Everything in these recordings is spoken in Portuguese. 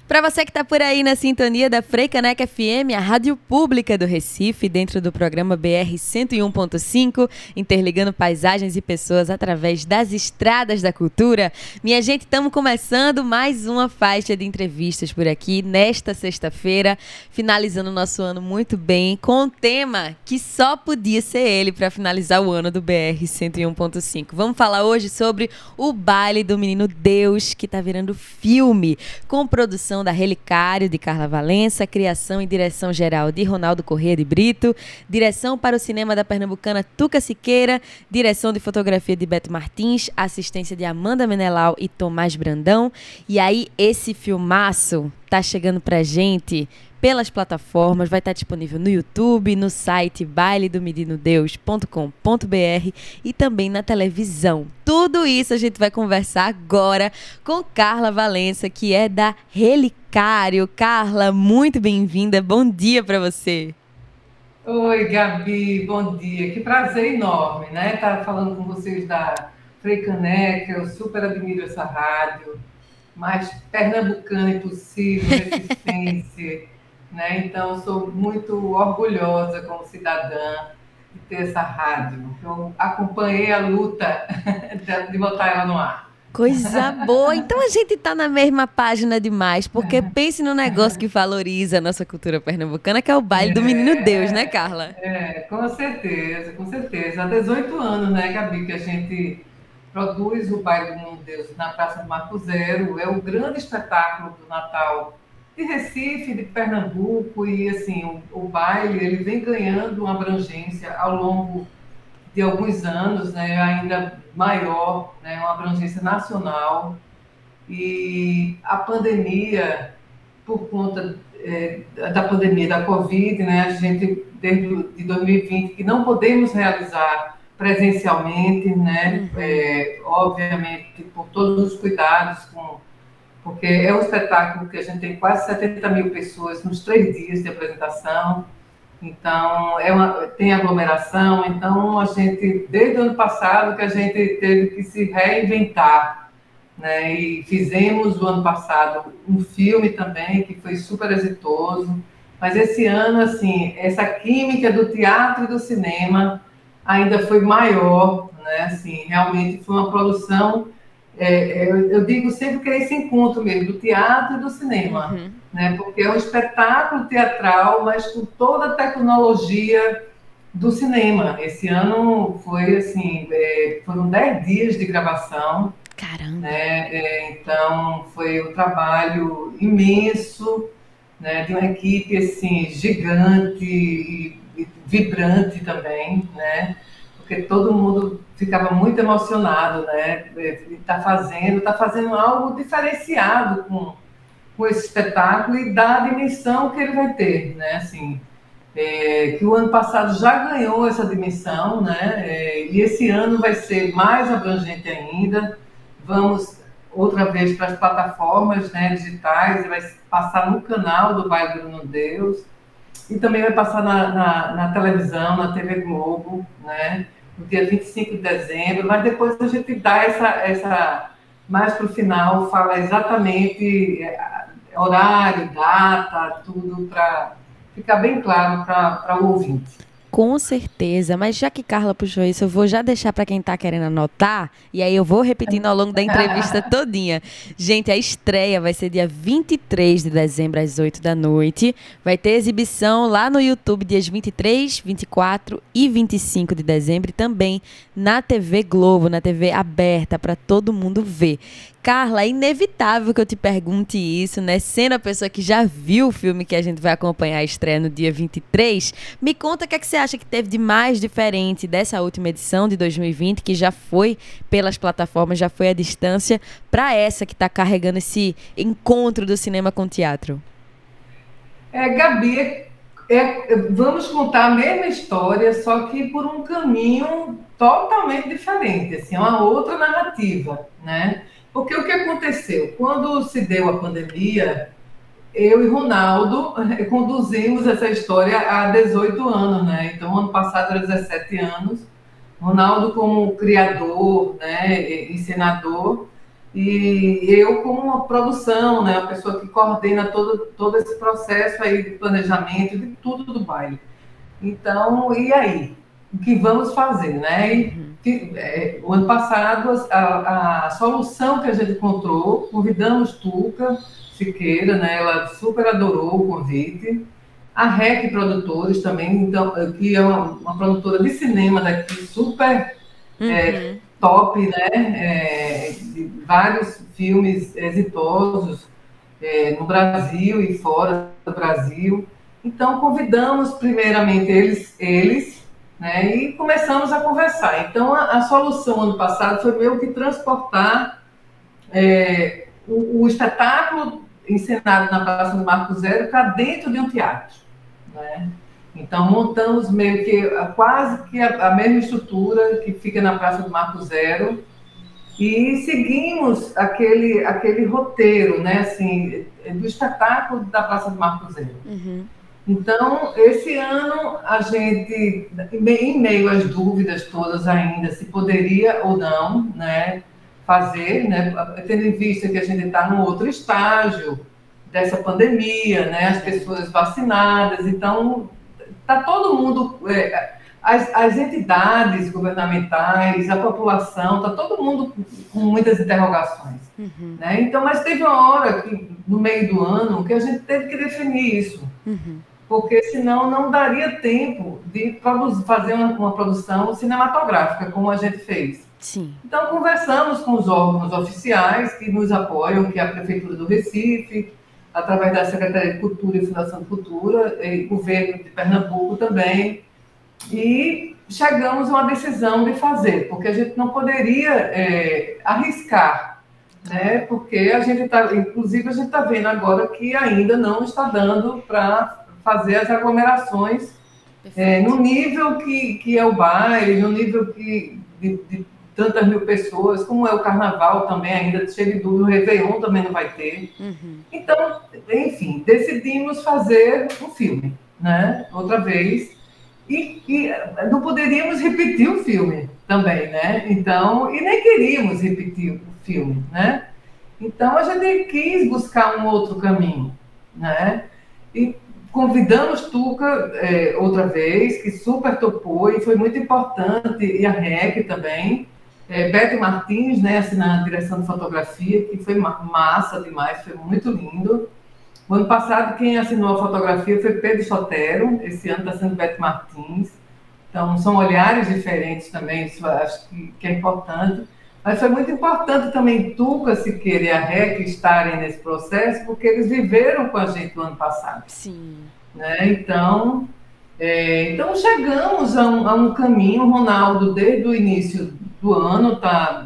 Para você que está por aí na sintonia da Freicaneca FM, a rádio pública do Recife, dentro do programa BR 101.5, interligando paisagens e pessoas através das estradas da cultura. Minha gente, estamos começando mais uma faixa de entrevistas por aqui, nesta sexta-feira, finalizando o nosso ano muito bem, com um tema que só podia ser ele para finalizar o ano do BR 101.5. Vamos falar hoje sobre o Baile do Menino Deus, que está virando filme, com produção da Relicário, de Carla Valença, criação e direção geral de Ronaldo Corrêa de Brito, direção para o cinema da pernambucana Tuca Siqueira, direção de fotografia de Beto Martins, assistência de Amanda Menelau e Tomás Brandão. E aí, esse filmaço tá chegando pra gente pelas plataformas, vai estar disponível no YouTube, no site bailedomedinodeus.com.br e também na televisão. Tudo isso a gente vai conversar agora com Carla Valença, que é da Relicário. Carla, muito bem-vinda, bom dia para você. Oi, Gabi, bom dia. Que prazer enorme, né? Estar falando com vocês da Freicaneca, eu super admiro essa rádio, mais pernambucana impossível, resistência. Né? Então, sou muito orgulhosa como cidadã de ter essa rádio. Eu acompanhei a luta de botar ela no ar. Coisa boa! Então a gente tá na mesma página demais, porque pense no negócio que valoriza a nossa cultura pernambucana, que é o Baile do Menino Deus, né, Carla? Com certeza, com certeza. Há 18 anos, né, Gabi, que a gente produz o Baile do Menino Deus na Praça do Marco Zero. É o grande espetáculo do Natal de Recife, de Pernambuco, e assim, o baile ele vem ganhando uma abrangência ao longo de alguns anos, né, ainda maior, né, uma abrangência nacional. E a pandemia, por conta da pandemia da Covid, né, a gente, desde de 2020, que não podemos realizar presencialmente, né, obviamente, por todos os cuidados porque é um espetáculo que a gente tem quase 70 mil pessoas nos 3 dias de apresentação, então tem aglomeração, então a gente, desde o ano passado, que a gente teve que se reinventar, né? E fizemos o ano passado um filme também, que foi super exitoso, mas esse ano, assim, essa química do teatro e do cinema ainda foi maior, né? Assim, realmente foi uma produção. Eu digo sempre que é esse encontro mesmo, do teatro e do cinema, né? Porque é um espetáculo teatral, mas com toda a tecnologia do cinema. Esse ano foi assim, foram 10 dias de gravação. Caramba! Né? Então foi um trabalho imenso, né? De uma equipe assim, gigante e vibrante também, né? Porque todo mundo ficava muito emocionado, né? Tá fazendo algo diferenciado com esse espetáculo e da dimensão que ele vai ter, né? Assim, que o ano passado já ganhou essa dimensão, né? E esse ano vai ser mais abrangente ainda. Vamos outra vez para as plataformas, né, digitais, vai passar no canal do Baile do Menino Deus e também vai passar na televisão, na TV Globo, né? No dia 25 de dezembro, mas depois a gente dá essa mais para o final, fala exatamente horário, data, tudo para ficar bem claro para o ouvinte. Com certeza, mas já que Carla puxou isso, eu vou já deixar para quem tá querendo anotar, e aí eu vou repetindo ao longo da entrevista todinha. Gente, a estreia vai ser dia 23 de dezembro, às 8 da noite. Vai ter exibição lá no YouTube dias 23, 24 e 25 de dezembro, e também na TV Globo, na TV aberta, para todo mundo ver. Carla, é inevitável que eu te pergunte isso, né? Sendo a pessoa que já viu o filme que a gente vai acompanhar a estreia no dia 23, me conta o que é que você acha que teve de mais diferente dessa última edição de 2020, que já foi pelas plataformas, já foi à distância, para essa que está carregando esse encontro do cinema com o teatro. Gabi, vamos contar a mesma história, só que por um caminho totalmente diferente, assim, uma outra narrativa, né? Porque o que aconteceu? Quando se deu a pandemia, eu e Ronaldo conduzimos essa história há 18 anos, né? Então, ano passado era 17 anos. Ronaldo como criador, né, encenador, e eu como uma produção, né, a pessoa que coordena todo esse processo aí de planejamento, de tudo do baile. Então, e aí? O que vamos fazer, né? O ano passado, a solução que a gente encontrou, convidamos Tuca Siqueira, né? Ela super adorou o convite. A REC Produtores também, então, que é uma produtora de cinema daqui, super top, né? De vários filmes exitosos no Brasil e fora do Brasil. Então, convidamos primeiramente eles, né, e começamos a conversar. Então, a solução ano passado foi meio que transportar o espetáculo encenado na Praça do Marco Zero para dentro de um teatro, né? Então, montamos meio que quase que a mesma estrutura que fica na Praça do Marco Zero e seguimos aquele roteiro, né, assim, do espetáculo da Praça do Marco Zero. Então, esse ano, a gente, em meio às dúvidas todas ainda, se poderia ou não, né, fazer, né, tendo em vista que a gente está num outro estágio dessa pandemia, né, as pessoas vacinadas, então, está todo mundo, as entidades governamentais, a população, está todo mundo com muitas interrogações. Né? Então, mas teve uma hora, que, no meio do ano, que a gente teve que definir isso. Porque senão não daria tempo de fazer uma produção cinematográfica, como a gente fez. Sim. Então, conversamos com os órgãos oficiais que nos apoiam, que é a Prefeitura do Recife, através da Secretaria de Cultura e Fundação de Cultura, e o governo de Pernambuco também, e chegamos a uma decisão de fazer, porque a gente não poderia arriscar, né? Porque a gente está, inclusive, a gente está vendo agora que ainda não está dando para fazer as aglomerações no nível que é o baile, no nível de tantas mil pessoas, como é o carnaval também, ainda cheio de dúvida, o Réveillon também não vai ter. Então, enfim, decidimos fazer um filme, né? Outra vez. E não poderíamos repetir o filme também, né? Então, e nem queríamos repetir o filme, né? Então, a gente quis buscar um outro caminho, né? E convidamos Tuca outra vez, que super topou e foi muito importante, e a REC também, Beto Martins, né, assim, na direção de fotografia, que foi massa demais, foi muito lindo. O ano passado, quem assinou a fotografia foi Pedro Sotero, esse ano está sendo Beto Martins. Então, são olhares diferentes também, isso acho que é importante. Mas foi muito importante também Tuca Siqueira e a REC estarem nesse processo, porque eles viveram com a gente o ano passado. Sim. Né? Então chegamos a um caminho. O Ronaldo, desde o início do ano, está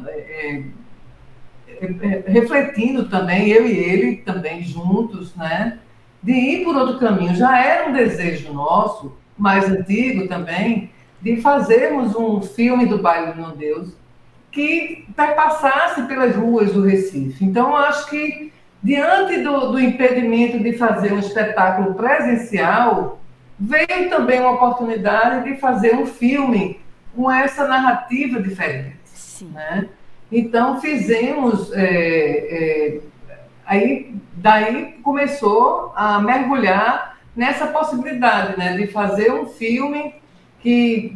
refletindo também, eu e ele também juntos, né? De ir por outro caminho. Já era um desejo nosso, mais antigo também, de fazermos um filme do Baile do Meu Deus que perpassasse pelas ruas do Recife. Então, acho que, diante do impedimento de fazer um espetáculo presencial, veio também uma oportunidade de fazer um filme com essa narrativa diferente. Sim. Né? Então, fizemos... daí começou a mergulhar nessa possibilidade, né, de fazer um filme que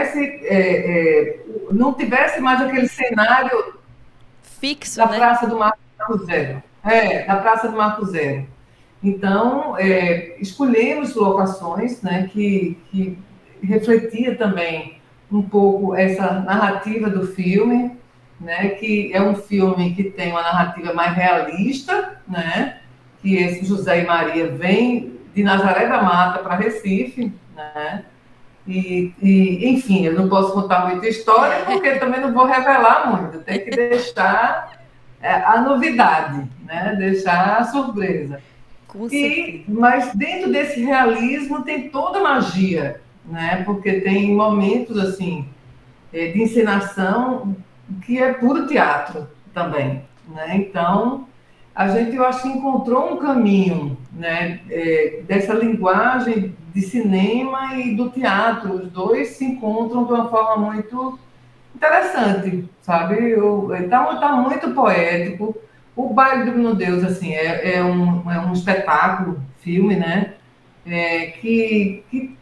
não tivesse mais aquele cenário fixo, da né? Praça do Marco Zero. Da Praça do Marco Zero. Então, escolhemos locações, né, que refletia também um pouco essa narrativa do filme, né, que é um filme que tem uma narrativa mais realista, né, que esse José e Maria vem de Nazaré da Mata para Recife, né, enfim, eu não posso contar muita história, porque também não vou revelar muito, tem que deixar a novidade, né, deixar a surpresa. Mas dentro desse realismo tem toda a magia, né, porque tem momentos assim de encenação que é puro teatro também, né? Então, a gente, eu acho que encontrou um caminho, né, dessa linguagem de cinema e do teatro. Os dois se encontram de uma forma muito interessante, sabe? Tá muito poético. O Baile do Menino Deus, assim, é um espetáculo, filme, né? Que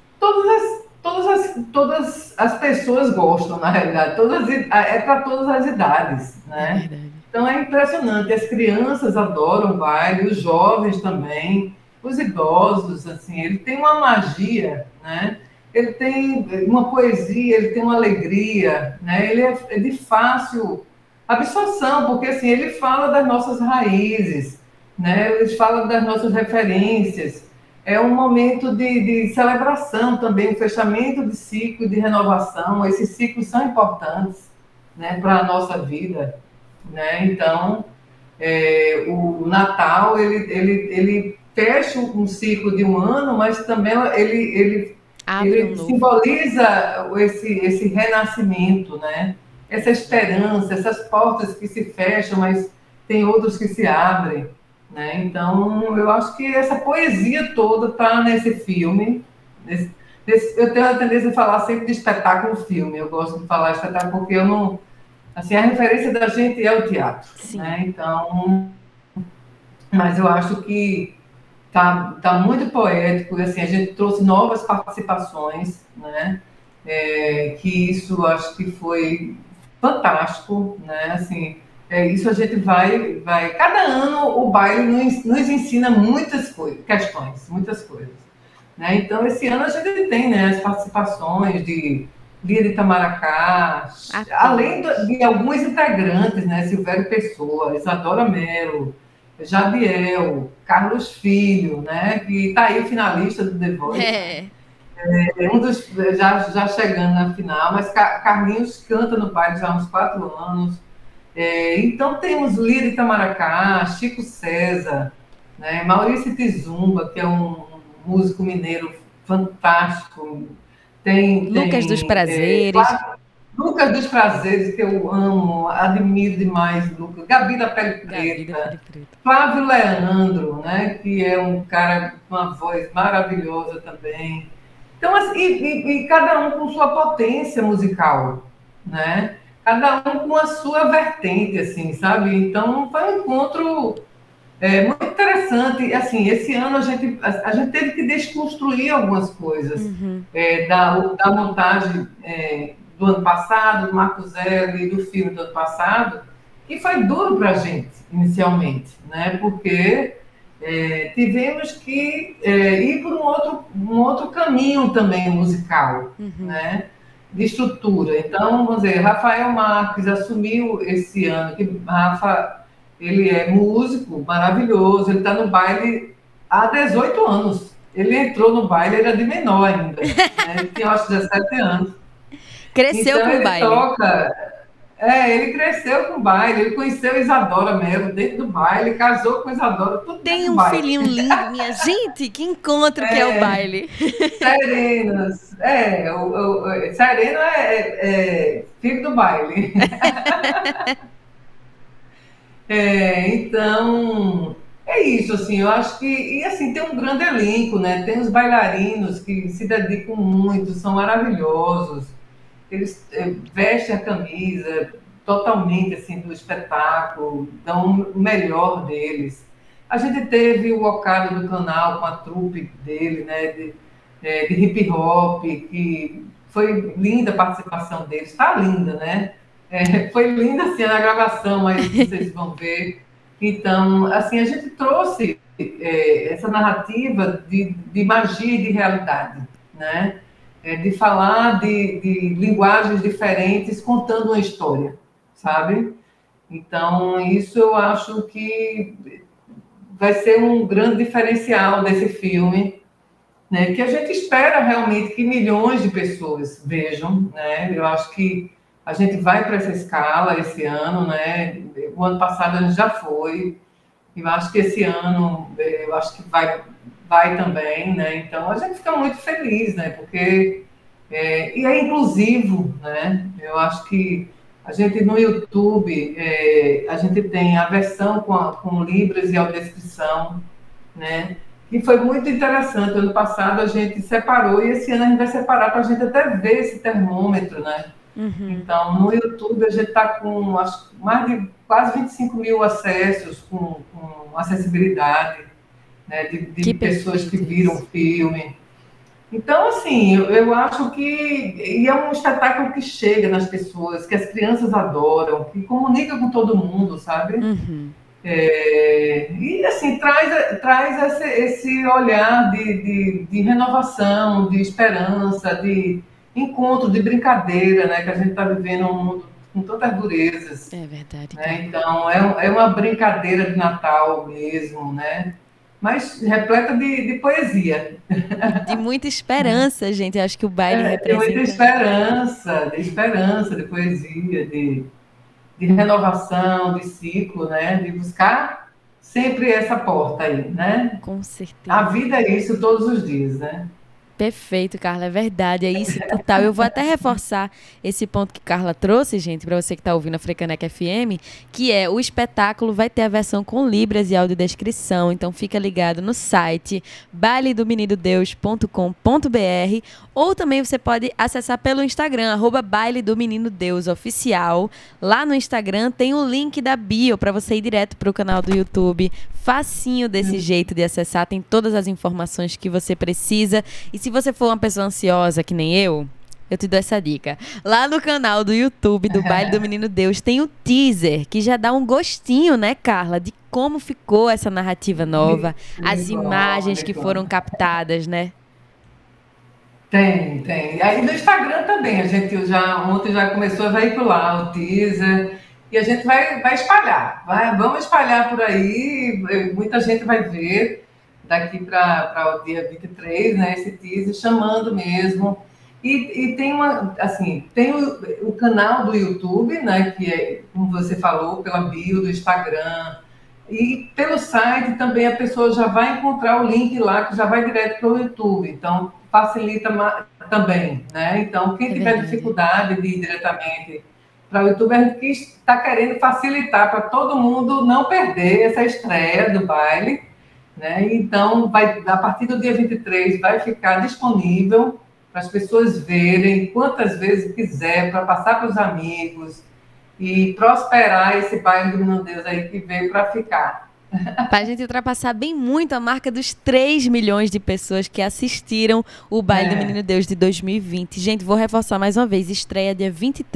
todas as pessoas gostam, na realidade. É para todas as idades, né? Então é impressionante. As crianças adoram o baile, os jovens também, os idosos, assim, ele tem uma magia, né? Ele tem uma poesia, ele tem uma alegria, né? Ele é de fácil absorção, porque assim, ele fala das nossas raízes, né? Ele fala das nossas referências. É um momento de celebração também, um fechamento de ciclo de renovação. Esses ciclos são importantes, né, para a nossa vida, né? Então, o Natal, ele fecha um ciclo de um ano, mas também ele simboliza esse renascimento, né? Essa esperança, essas portas que se fecham, mas tem outros que se abrem, né? Então, eu acho que essa poesia toda está nesse filme. Eu tenho a tendência de falar sempre de espetáculo-filme. Eu gosto de falar espetáculo porque eu não... Assim, a referência da gente é o teatro, né? Então, mas eu acho que tá muito poético, e assim, a gente trouxe novas participações, né? Que isso acho que foi fantástico, né? Assim, isso a gente vai... Cada ano o baile nos ensina muitas questões, muitas coisas, né? Então, esse ano a gente tem, né, as participações de Lia de Itamaracá, além de alguns integrantes, né? Silvério Pessoa, Isadora Mello, Jadiel, Carlos Filho, né? Que está aí finalista do The Voice. Um dos já chegando na final, mas Carlinhos canta no baile já há uns 4 anos. Então temos Lia de Itamaracá, Chico César, né? Maurício Tizumba, que é um músico mineiro fantástico. Tem Lucas dos Prazeres. Lucas dos Prazeres, que eu amo, admiro demais, Lucas. Gabi da Pele Preta. Flávio Leandro, né, que é um cara com uma voz maravilhosa também. Então, assim, e cada um com sua potência musical, né? Cada um com a sua vertente, assim, sabe? Então, foi um encontro muito interessante. Assim, esse ano a gente teve que desconstruir algumas coisas da montagem do ano passado, do Marco Zero e do filme do ano passado, que foi duro para a gente, inicialmente, né? Porque tivemos que ir por um outro caminho também musical, né? De estrutura. Então, vamos dizer, Rafael Marques assumiu esse ano, que Rafa, ele é músico maravilhoso, ele está no baile há 18 anos. Ele entrou no baile, ele era de menor ainda, né? Ele tinha, acho, 17 anos. Cresceu então, com o baile. Ele cresceu com o baile, ele conheceu Isadora Mello dentro do baile, casou com Isadora, tudo tem dentro do baile. Tem um filhinho lindo, minha gente, que encontro que é o baile. Serenas, Sereno é filho do baile. Então, é isso, assim, eu acho que, e assim, tem um grande elenco, né? Tem os bailarinos que se dedicam muito, são maravilhosos. Eles vestem a camisa totalmente assim do espetáculo, dão o melhor deles. A gente teve o Ocado do Canal com a trupe dele, né, de hip hop, que foi linda a participação deles, está linda, né? Foi linda assim na gravação, mas vocês vão ver. Então, assim, a gente trouxe essa narrativa de magia e de realidade, né? De falar de linguagens diferentes contando uma história, sabe? Então, isso eu acho que vai ser um grande diferencial desse filme, né? Que a gente espera realmente que milhões de pessoas vejam, né? Eu acho que a gente vai para essa escala esse ano, né? O ano passado a gente já foi, e eu acho que esse ano eu acho que vai também, né? Então a gente fica muito feliz, né? Porque e é inclusivo, né? Eu acho que a gente no YouTube a gente tem a versão com libras e audiodescrição, né? E foi muito interessante. Ano passado a gente separou e esse ano a gente vai separar para a gente até ver esse termômetro, né? Uhum. Então, no YouTube, a gente está com mais de quase 25 mil acessos, com acessibilidade, né, de Que pessoas que perfeito viram o isso. filme. Então, assim, eu acho que e é um espetáculo que chega nas pessoas, que as crianças adoram, que comunica com todo mundo, sabe? Uhum. E, assim, traz esse olhar de renovação, de esperança, de encontro, de brincadeira, né? Que a gente está vivendo um mundo com tantas durezas, É verdade, né? Carla. Então, é uma brincadeira de Natal mesmo, né? Mas repleta de poesia. E de muita esperança, gente. Eu acho que o baile De muita representa. esperança, de poesia, de renovação, de ciclo, né? De buscar sempre essa porta aí, né? Com A certeza. vida é isso todos os dias, né? Perfeito, Carla, é verdade, é isso total. Eu vou até reforçar esse ponto que Carla trouxe, gente, para você que está ouvindo a Frecaneca FM, que é o espetáculo vai ter a versão com libras e audiodescrição, então fica ligado no site bailedomeninodeus.com.br ou também você pode acessar pelo Instagram, Baile do Menino Deus Oficial. Lá no Instagram tem o link da bio para você ir direto para o canal do YouTube. Facinho desse jeito de acessar, tem todas as informações que você precisa. E se você for uma pessoa ansiosa que nem eu te dou essa dica. Lá no canal do YouTube do Baile do Menino Deus tem o teaser, que já dá um gostinho, né, Carla, de como ficou essa narrativa nova, as Muito bom, imagens que muito bom. foram captadas, né? Tem. Aí no Instagram também, a gente ontem já começou a veicular o teaser e a gente vai espalhar. Vamos espalhar por aí, muita gente vai ver daqui para o dia 23, né, esse teaser, chamando mesmo. E tem tem o canal do YouTube, né, que é, como você falou, pela bio do Instagram, e pelo site também a pessoa já vai encontrar o link lá que já vai direto para o YouTube. Então, facilita também, né? Então, quem É tiver verdade. dificuldade de ir diretamente para o YouTube, a gente está querendo facilitar para todo mundo não perder essa estreia do baile, né? Então, a partir do dia 23 vai ficar disponível para as pessoas verem quantas vezes quiser, para passar para os amigos, e prosperar esse baile do Menino Deus aí que veio para ficar. Para a gente ultrapassar bem muito a marca dos 3 milhões de pessoas que assistiram o Baile do É, Menino Deus de 2020. Gente, vou reforçar mais uma vez, estreia dia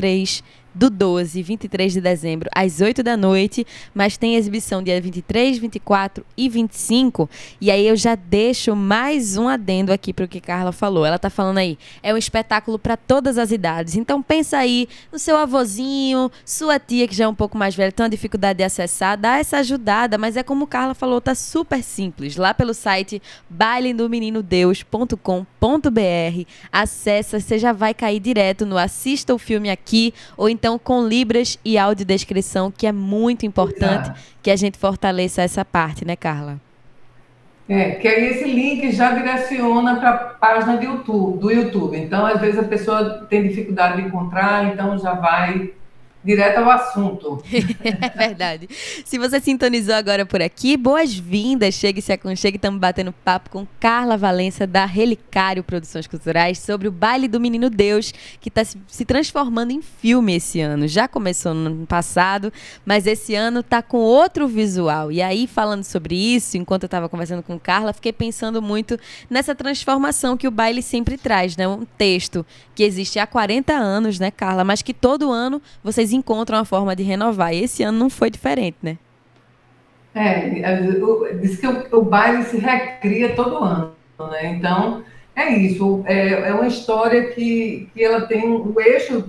23 de dezembro, às 8 da noite, mas tem exibição dia 23, 24 e 25. E aí eu já deixo mais um adendo aqui para o que Carla falou. Ela tá falando aí, é um espetáculo para todas as idades. Então pensa aí no seu avôzinho, sua tia que já é um pouco mais velha, tem uma dificuldade de acessar, dá essa ajudada, mas é como Carla falou, tá super simples. Lá pelo site bailedomeninodeus.com.br, acessa, você já vai cair direto no assista o filme aqui, ou então com libras e audiodescrição, que é muito importante exato. que a gente fortaleça essa parte, né, Carla? Que aí esse link já direciona para a página do YouTube. Então, às vezes a pessoa tem dificuldade de encontrar, então já vai direto ao assunto. É verdade. Se você sintonizou agora por aqui, boas-vindas. Chegue e se aconchegue. Estamos batendo papo com Carla Valença, da Relicário Produções Culturais, sobre o Baile do Menino Deus, que está se transformando em filme esse ano. Já começou no ano passado, mas esse ano está com outro visual. E aí, falando sobre isso, enquanto eu estava conversando com Carla, fiquei pensando muito nessa transformação que o baile sempre traz, né? Um texto que existe há 40 anos, né, Carla? Mas que todo ano vocês encontram uma forma de renovar. E esse ano não foi diferente, né? Diz que o baile se recria todo ano, né? Então, é isso. É uma história que ela tem um eixo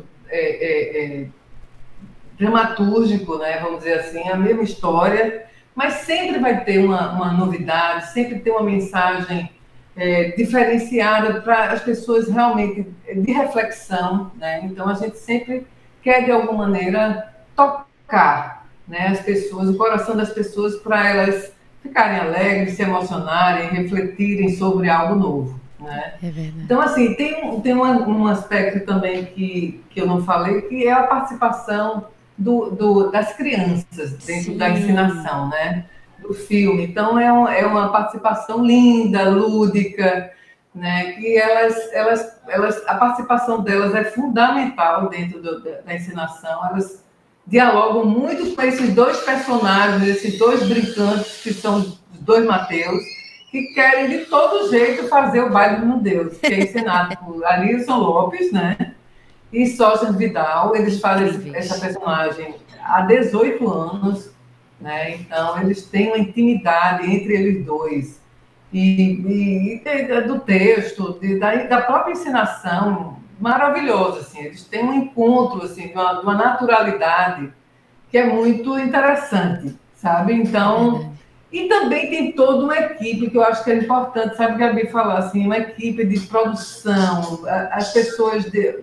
dramatúrgico, né? Vamos dizer assim, a mesma história, mas sempre vai ter uma novidade, sempre tem uma mensagem diferenciada para as pessoas realmente de reflexão, né? Então, a gente sempre quer, de alguma maneira, tocar, né, as pessoas, o coração das pessoas, para elas ficarem alegres, se emocionarem, refletirem sobre algo novo, né? É verdade. Então, assim, tem um aspecto também que eu não falei, que é a participação das crianças dentro da Sim. ensinação, né? Do filme. Então, é uma participação linda, lúdica, né, que a participação delas é fundamental dentro da encenação. Elas dialogam muito com esses dois personagens, esses dois brincantes, que são os dois Mateus, que querem de todo jeito fazer o baile do Meu Deus, que é encenado por Alilson Lopes, né, e Sócia Vidal. Eles fazem essa personagem há 18 anos, né, então eles têm uma intimidade entre eles dois. E do texto, da própria encenação, maravilhoso, assim. Eles têm um encontro, assim, de uma naturalidade que é muito interessante, sabe? Então, e também tem toda uma equipe, que eu acho que é importante, sabe, Gabi, falar, assim, uma equipe de produção, as pessoas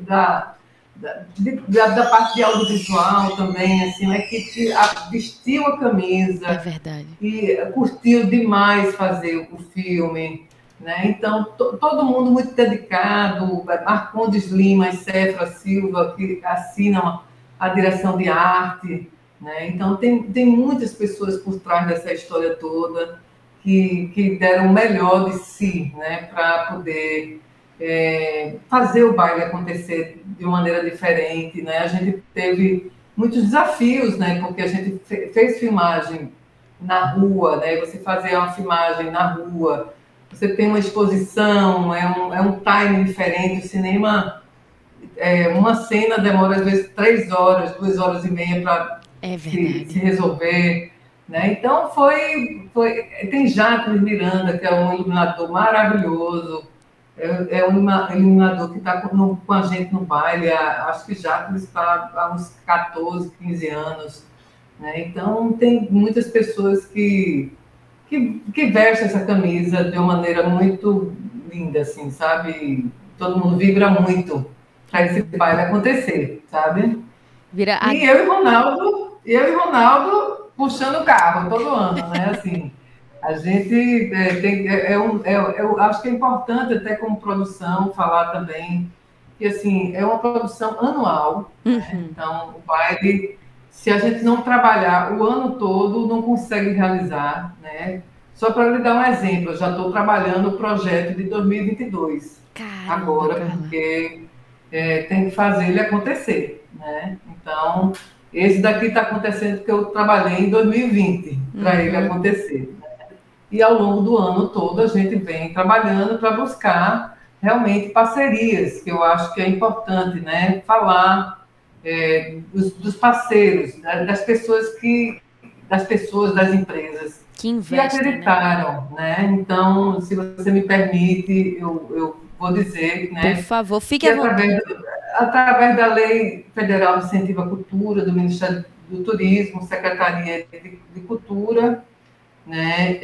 da parte de audiovisual também, assim, uma equipe que vestiu a camisa. É verdade. E curtiu demais fazer o filme, né? Então, todo mundo muito dedicado, Marcondes Lima e Cefra Silva, que assinam a direção de arte, né? Então, tem muitas pessoas por trás dessa história toda que deram o melhor de si, né? Para poder fazer o baile acontecer de uma maneira diferente, né? A gente teve muitos desafios, né? Porque a gente fez filmagem na rua, né? Você fazer uma filmagem na rua, você tem uma exposição, é um timing diferente. O cinema, uma cena demora às vezes 3 horas, 2 horas e meia para se resolver, né? Então tem Jacques Miranda, que é um iluminador maravilhoso, é um iluminador que está com a gente no baile. Acho que Jacques está há uns 14, 15 anos. Né? Então, tem muitas pessoas que vestem essa camisa de uma maneira muito linda, assim, sabe? Todo mundo vibra muito para esse baile acontecer, sabe? E eu e Ronaldo puxando o carro todo ano, né? Assim, a gente eu acho que é importante até como produção falar também que, assim, é uma produção anual, né? Então, o baile, se a gente não trabalhar o ano todo, não consegue realizar, né? Só para lhe dar um exemplo, eu já estou trabalhando o projeto de 2022. Caramba, agora, Carla. Porque tem que fazer ele acontecer, né? Então, esse daqui está acontecendo porque eu trabalhei em 2020 para ele acontecer. Né? E ao longo do ano todo a gente vem trabalhando para buscar realmente parcerias, que eu acho que é importante, né? Falar dos parceiros, das pessoas, das empresas que acreditaram, né? Então, se você me permite, eu vou dizer, né? Por favor, fique à vontade. Através da Lei Federal de Incentivo à Cultura, do Ministério do Turismo, Secretaria de Cultura, né?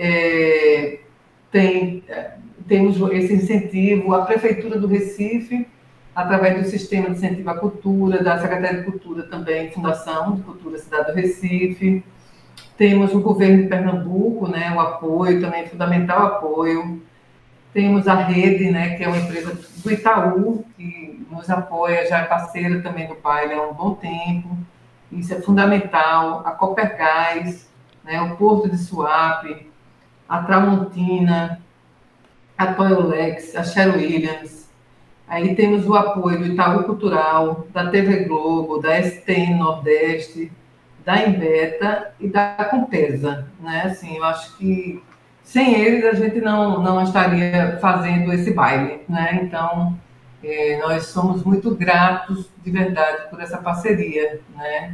Temos esse incentivo, a Prefeitura do Recife, através do Sistema de Incentivo à Cultura, da Secretaria de Cultura também, Fundação de Cultura Cidade do Recife. Temos o governo de Pernambuco, né, o apoio também, fundamental apoio. Temos a Rede, né, que é uma empresa do Itaú, que nos apoia, já é parceira também do baile há um bom tempo. Isso é fundamental. A Copergás, né, o Porto de Suape, a Tramontina, a Toyolex, a Sherwin Williams. Aí temos o apoio do Itaú Cultural, da TV Globo, da STN Nordeste, da Embeta e da Compesa, né? Assim, eu acho que sem eles a gente não estaria fazendo esse baile, né? Então, nós somos muito gratos, de verdade, por essa parceria, né?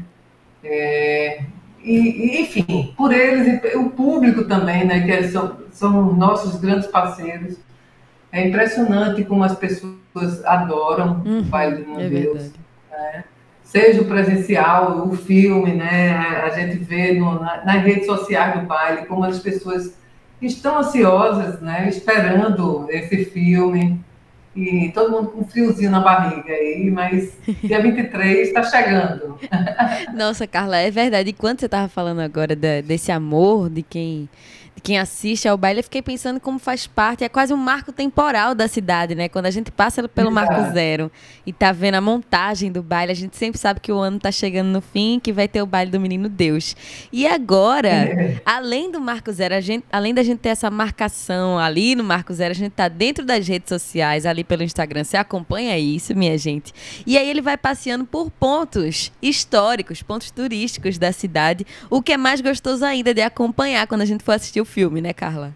Enfim, por eles e o público também, né? Que eles são nossos grandes parceiros. É impressionante como as pessoas adoram o baile do Meu Deus. Né? Seja o presencial, o filme, né? A gente vê nas redes sociais do baile como as pessoas estão ansiosas, né? Esperando esse filme. E todo mundo com um friozinho na barriga aí, mas dia 23 está chegando. Nossa, Carla, é verdade. E quando você estava falando agora desse amor de quem de quem assiste ao baile, eu fiquei pensando como faz parte, é quase um marco temporal da cidade, né? Quando a gente passa pelo Marco Exato. Zero e tá vendo a montagem do baile, a gente sempre sabe que o ano tá chegando no fim, que vai ter o baile do Menino Deus. E agora, além do Marco Zero, além da gente ter essa marcação ali no Marco Zero, a gente tá dentro das redes sociais, ali pelo Instagram, você acompanha isso, minha gente. E aí ele vai passeando por pontos históricos, pontos turísticos da cidade, o que é mais gostoso ainda de acompanhar quando a gente for assistir o filme, né, Carla?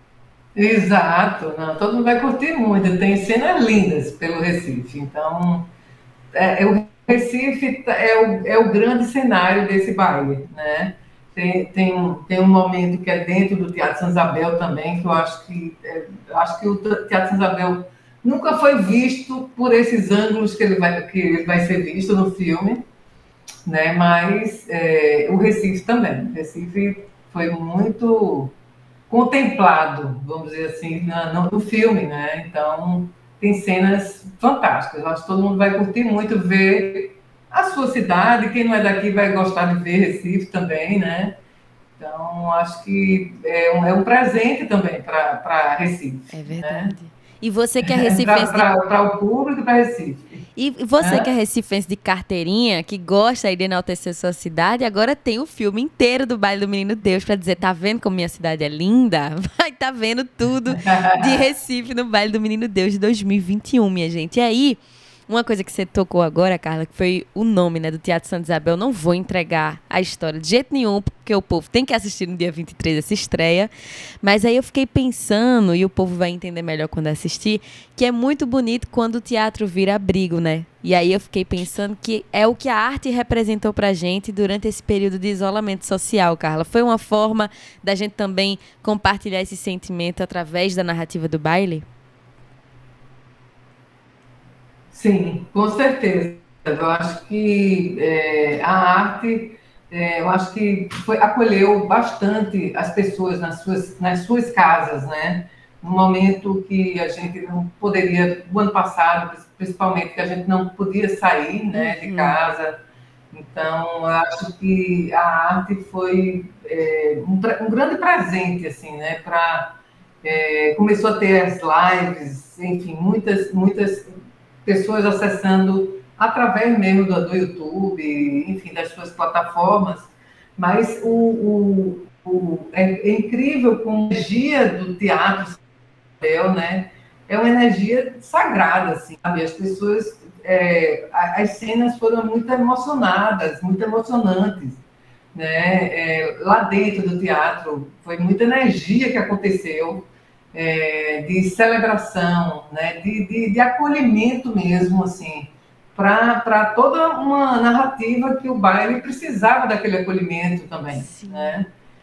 Exato, não, todo mundo vai curtir muito. Tem cenas lindas pelo Recife. Então, o Recife é o grande cenário desse baile, né? Tem um momento que é dentro do Teatro São Isabel também, que eu acho que o Teatro São Isabel nunca foi visto por esses ângulos que ele vai ser visto no filme, né? Mas o Recife também. O Recife foi muito contemplado, vamos dizer assim, no filme, né? Então, tem cenas fantásticas. Eu acho que todo mundo vai curtir muito ver a sua cidade. Quem não é daqui vai gostar de ver Recife também, né? Então, acho que é um presente também para Recife, É né? verdade. E você que é recifense de Para o público e para Recife. E você que é Né? recifense de carteirinha, que gosta aí de enaltecer sua cidade, agora tem o filme inteiro do Baile do Menino Deus pra dizer, tá vendo como minha cidade é linda? Vai tá vendo tudo de Recife no Baile do Menino Deus de 2021, minha gente. E aí, uma coisa que você tocou agora, Carla, que foi o nome, né, do Teatro Santa Isabel. Não vou entregar a história de jeito nenhum, porque o povo tem que assistir no dia 23 essa estreia. Mas aí eu fiquei pensando, e o povo vai entender melhor quando assistir, que é muito bonito quando o teatro vira abrigo, né? E aí eu fiquei pensando que é o que a arte representou pra gente durante esse período de isolamento social, Carla. Foi uma forma da gente também compartilhar esse sentimento através da narrativa do baile? Sim, com certeza. Eu acho que a arte, eu acho que acolheu bastante as pessoas nas suas casas, né? No momento que a gente não poderia, o ano passado, principalmente, que a gente não podia sair, né, de Uhum. casa. Então, eu acho que a arte foi um grande presente, assim, né? Começou a ter as lives, enfim, muitas pessoas acessando através mesmo do YouTube, enfim, das suas plataformas, mas é incrível como a energia do teatro, né? É uma energia sagrada, assim, sabe? As pessoas, as cenas foram muito emocionadas, muito emocionantes, né? Lá dentro do teatro foi muita energia que aconteceu, de celebração, né? De acolhimento mesmo, assim, para toda uma narrativa que o baile precisava daquele acolhimento também, Sim. né?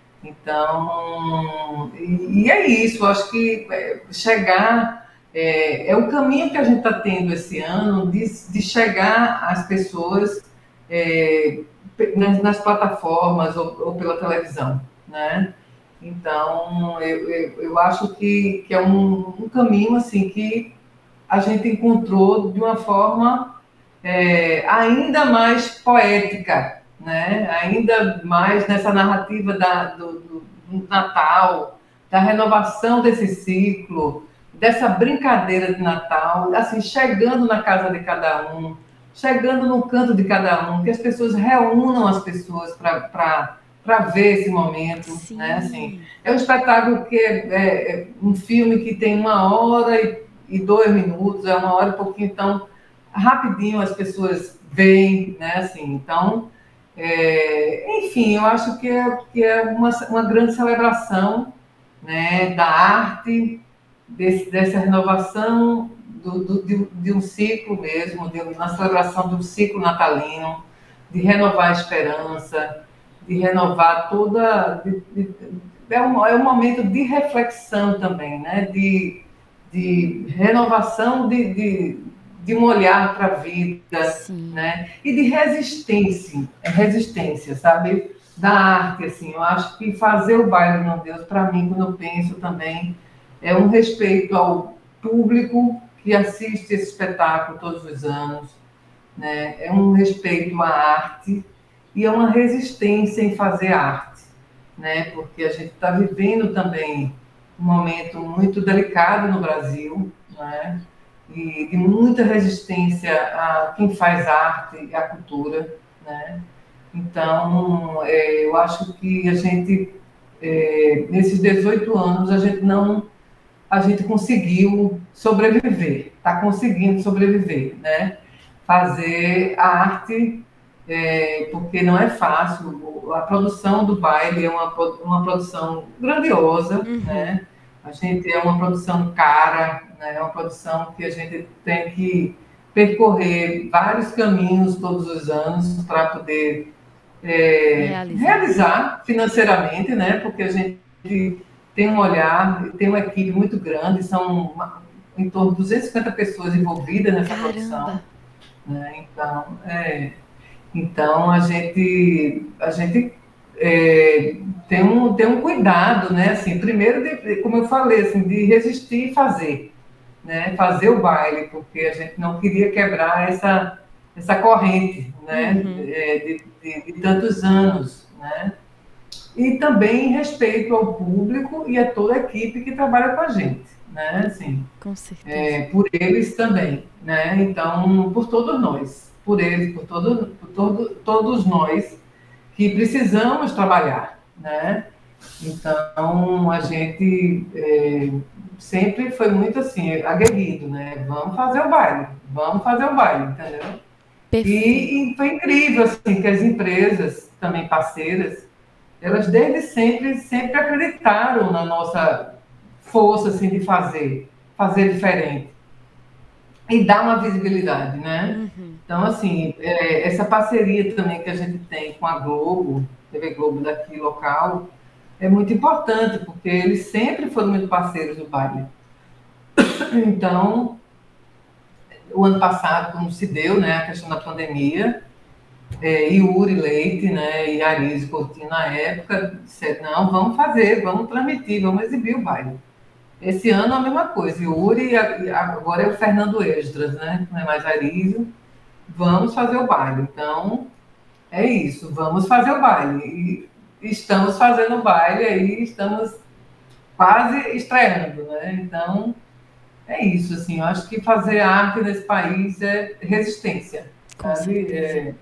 Então, e é isso, acho que chegar, é o caminho que a gente está tendo esse ano de chegar às pessoas é, nas plataformas ou pela televisão, né? Então, eu acho que é um caminho assim que a gente encontrou de uma forma ainda mais poética, né? Ainda mais nessa narrativa do Natal, da renovação desse ciclo, dessa brincadeira de Natal, assim, chegando na casa de cada um, chegando no canto de cada um, que as pessoas reúnam as pessoas para ver esse momento, né? Assim, Sim. é um espetáculo que é um filme que tem 1 hora e 2 minutos, é 1 hora e pouquinho, então rapidinho as pessoas veem, né? Assim, então, enfim, eu acho que é uma grande celebração, né, da arte, dessa renovação de um ciclo mesmo, de uma celebração de um ciclo natalino, de renovar a esperança, de renovar toda. É um momento de reflexão também, né? De renovação de um olhar para a vida, Sim. né? E de resistência, sabe? Da arte, assim. Eu acho que fazer o baile não Deus, para mim, quando eu penso também, é um respeito ao público que assiste esse espetáculo todos os anos, né? É um respeito à arte e é uma resistência em fazer arte, né? Porque a gente está vivendo também um momento muito delicado no Brasil, né? E de muita resistência a quem faz arte e a cultura, né? Então, eu acho que a gente, nesses 18 anos, a gente conseguiu sobreviver, está conseguindo sobreviver, né? Fazer a arte, porque não é fácil. A produção do baile é uma produção grandiosa, né? A gente é uma produção cara, né? É uma produção que a gente tem que percorrer vários caminhos todos os anos para poder realizar financeiramente, né? Porque a gente tem um olhar, tem uma equipe muito grande, em torno de 250 pessoas envolvidas nessa produção, né? Então a gente tem um cuidado, né? Assim, primeiro, como eu falei, assim, de resistir e fazer, né? Fazer o baile, porque a gente não queria quebrar essa corrente, né? De tantos anos, né? E também em respeito ao público e a toda a equipe que trabalha com a gente, né? Assim, com certeza. por eles também, né? Então, por todos nós, por eles, todos nós que precisamos trabalhar, né? Então, a gente sempre foi muito assim, aguerrido, né? Vamos fazer o baile, entendeu? E foi incrível, assim, que as empresas, também parceiras, elas desde sempre acreditaram na nossa força, assim, de fazer diferente e dar uma visibilidade, né? Então, assim, essa parceria também que a gente tem com a Globo, TV Globo daqui local, é muito importante, porque eles sempre foram muito parceiros do baile. Então, o ano passado, como se deu, né, a questão da pandemia, Yuri Leite, né, e Arise Coutinho, na época, disseram, não, vamos fazer, vamos transmitir, vamos exibir o baile. Esse ano a mesma coisa, Yuri e agora é o Fernando Esdras, né, não é mais Arise, vamos fazer o baile. Então, é isso, vamos fazer o baile. E estamos fazendo o baile aí, estamos quase estreando, né? Então, é isso, assim, eu acho que fazer arte nesse país é resistência, sabe?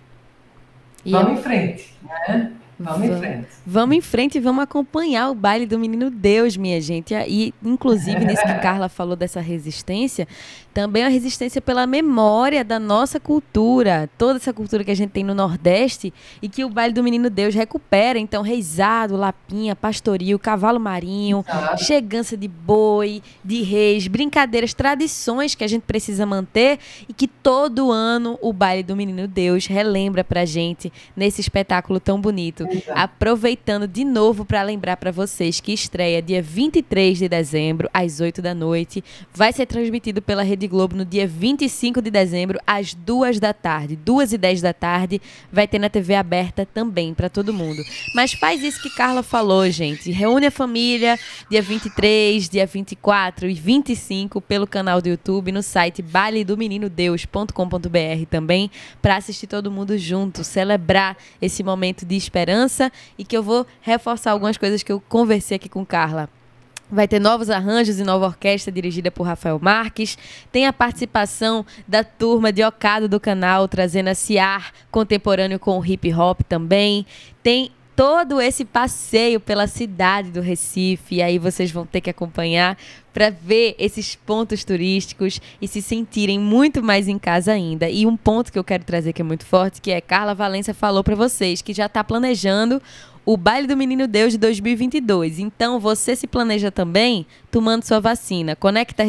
Vamos em frente, né? Vamos em frente. Vamos em frente e vamos acompanhar o baile do Menino Deus, minha gente. E, inclusive, nisso que Carla falou dessa resistência, também a resistência pela memória da nossa cultura. Toda essa cultura que a gente tem no Nordeste e que o baile do Menino Deus recupera. Então, reisado, lapinha, pastoril, cavalo marinho, chegança de boi, de reis, brincadeiras, tradições que a gente precisa manter e que todo ano o baile do Menino Deus relembra pra gente nesse espetáculo tão bonito. Exato. Aproveitando de novo para lembrar para vocês que estreia dia 23 de dezembro, às 8 da noite. Vai ser transmitido pela Rede Globo no dia 25 de dezembro, às 2 da tarde. 2h10 da tarde. Vai ter na TV aberta também para todo mundo. Mas faz isso que Carla falou, gente. Reúne a família dia 23, dia 24 e 25 pelo canal do YouTube, no site bailedomeninodeus.com.br também, para assistir todo mundo junto, celebrar esse momento de esperança, e que eu vou reforçar algumas coisas que eu conversei aqui com Carla. Vai ter novos arranjos e nova orquestra dirigida por Rafael Marques. Tem a participação da turma de Ocado do canal, trazendo esse ar contemporâneo com o hip hop também. Tem todo esse passeio pela cidade do Recife, e aí vocês vão ter que acompanhar para ver esses pontos turísticos e se sentirem muito mais em casa ainda. E um ponto que eu quero trazer que é muito forte, que é Carla Valência falou para vocês que já está planejando o Baile do Menino Deus de 2022. Então, você se planeja também tomando sua vacina. Conecta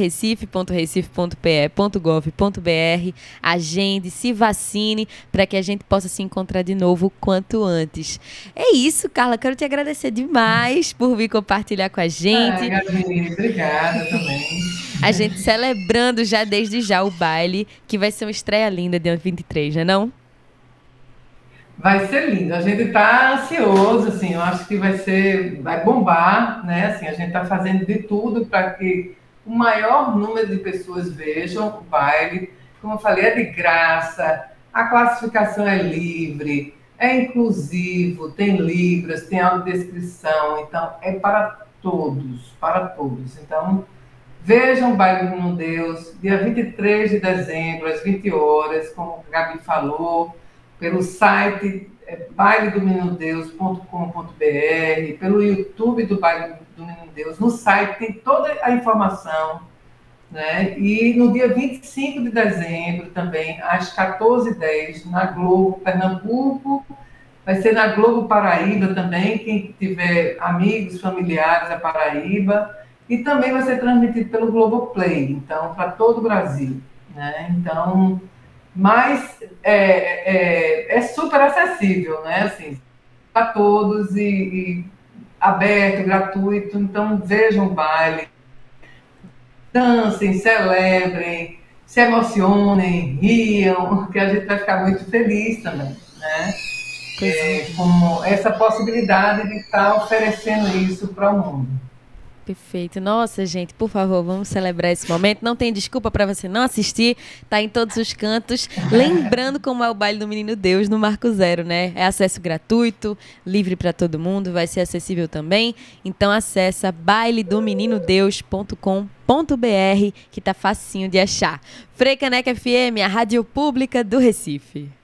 recife.recife.pe.gov.br, agende, se vacine, para que a gente possa se encontrar de novo o quanto antes. É isso, Carla. Quero te agradecer demais por vir compartilhar com a gente. Gabi, obrigada também. A gente celebrando já desde já o baile, que vai ser uma estreia linda dia 23, não é não? Vai ser lindo. A gente está ansioso, assim, eu acho que vai bombar, né? Assim, a gente está fazendo de tudo para que o maior número de pessoas vejam o baile. Como eu falei, é de graça, a classificação é livre, é inclusivo, tem libras, tem audiodescrição, então é para todos, para todos. Então, vejam o Baile do Menino Deus, dia 23 de dezembro, às 20 horas, como a Gabi falou, pelo site bailedomeninudeus.com.br, pelo YouTube do Baile do Menino Deus. No site tem toda a informação, né? E no dia 25 de dezembro, também, às 14h10, na Globo Pernambuco, vai ser na Globo Paraíba também, quem tiver amigos, familiares da Paraíba, e também vai ser transmitido pelo Globoplay, então, para todo o Brasil, né? Então, mas é super acessível, né? Assim, para todos e aberto, gratuito, então vejam o baile, dancem, celebrem, se emocionem, riam, que a gente vai ficar muito feliz também, né? Com essa possibilidade de estar oferecendo isso para o mundo. Perfeito. Nossa, gente, por favor, vamos celebrar esse momento. Não tem desculpa para você não assistir, tá em todos os cantos. Lembrando como é o Baile do Menino Deus no Marco Zero, né? É acesso gratuito, livre para todo mundo, vai ser acessível também. Então acessa bailedomeninudeus.com.br, que tá facinho de achar. Freicaneca FM, a rádio pública do Recife.